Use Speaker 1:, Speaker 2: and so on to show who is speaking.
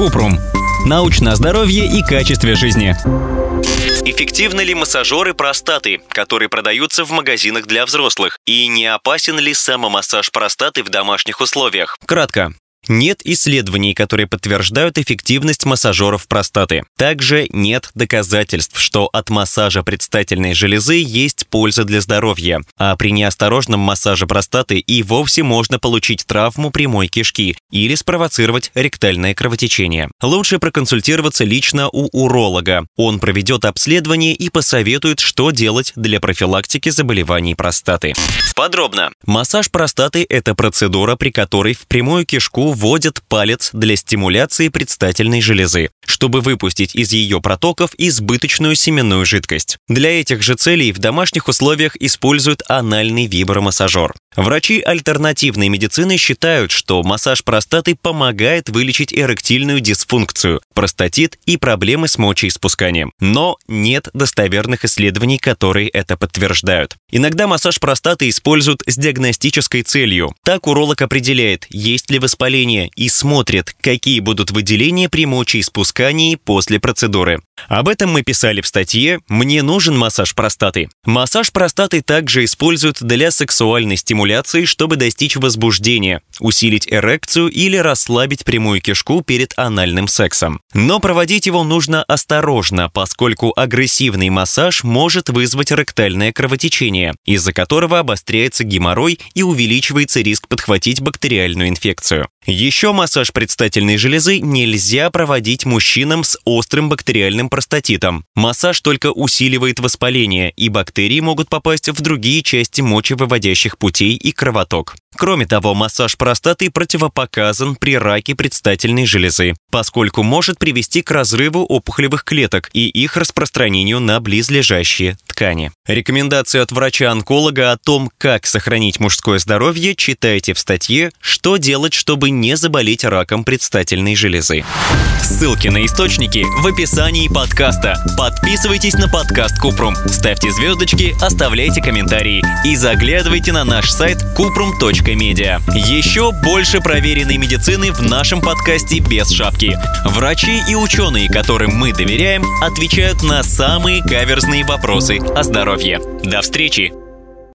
Speaker 1: Купрум. Научное здоровье и качестве жизни.
Speaker 2: Эффективны ли массажеры простаты, которые продаются в магазинах для взрослых? И не опасен ли самомассаж простаты в домашних условиях? Кратко. Нет исследований, которые подтверждают эффективность массажеров простаты. Также нет доказательств, что от массажа предстательной железы есть польза для здоровья, а при неосторожном массаже простаты и вовсе можно получить травму прямой кишки или спровоцировать ректальное кровотечение. Лучше проконсультироваться лично у уролога. Он проведет обследование и посоветует, что делать для профилактики заболеваний простаты. Подробно. Массаж простаты – это процедура, при которой в прямую кишку вводят палец для стимуляции предстательной железы, чтобы выпустить из ее протоков избыточную семенную жидкость. Для этих же целей в домашних условиях используют анальный вибромассажер. Врачи альтернативной медицины считают, что массаж простаты помогает вылечить эректильную дисфункцию, простатит и проблемы с мочеиспусканием. Но нет достоверных исследований, которые это подтверждают. Иногда массаж простаты используют с диагностической целью. Так уролог определяет, есть ли воспаление, и смотрит, какие будут выделения при мочеиспускании после процедуры. Об этом мы писали в статье «Мне нужен массаж простаты». Массаж простаты также используют для сексуальной стимуляции, чтобы достичь возбуждения, усилить эрекцию или расслабить прямую кишку перед анальным сексом. Но проводить его нужно осторожно, поскольку агрессивный массаж может вызвать ректальное кровотечение, из-за которого обостряется геморрой и увеличивается риск подхватить бактериальную инфекцию. Еще массаж предстательной железы нельзя проводить мужчинам с острым бактериальным простатитом. Массаж только усиливает воспаление, и бактерии могут попасть в другие части мочевыводящих путей и кровоток. Кроме того, массаж простаты противопоказан при раке предстательной железы, поскольку может привести к разрыву опухолевых клеток и их распространению на близлежащие ткани. Рекомендации от врача-онколога о том, как сохранить мужское здоровье, читайте в статье «Что делать, чтобы не заболеть раком предстательной железы». Ссылки на источники в описании подкаста. Подписывайтесь на подкаст Купрум, ставьте звездочки, оставляйте комментарии и заглядывайте на наш сайт kuprum.media. Еще больше проверенной медицины в нашем подкасте без шапки. Врачи и ученые, которым мы доверяем, отвечают на самые каверзные вопросы о здоровье. До встречи!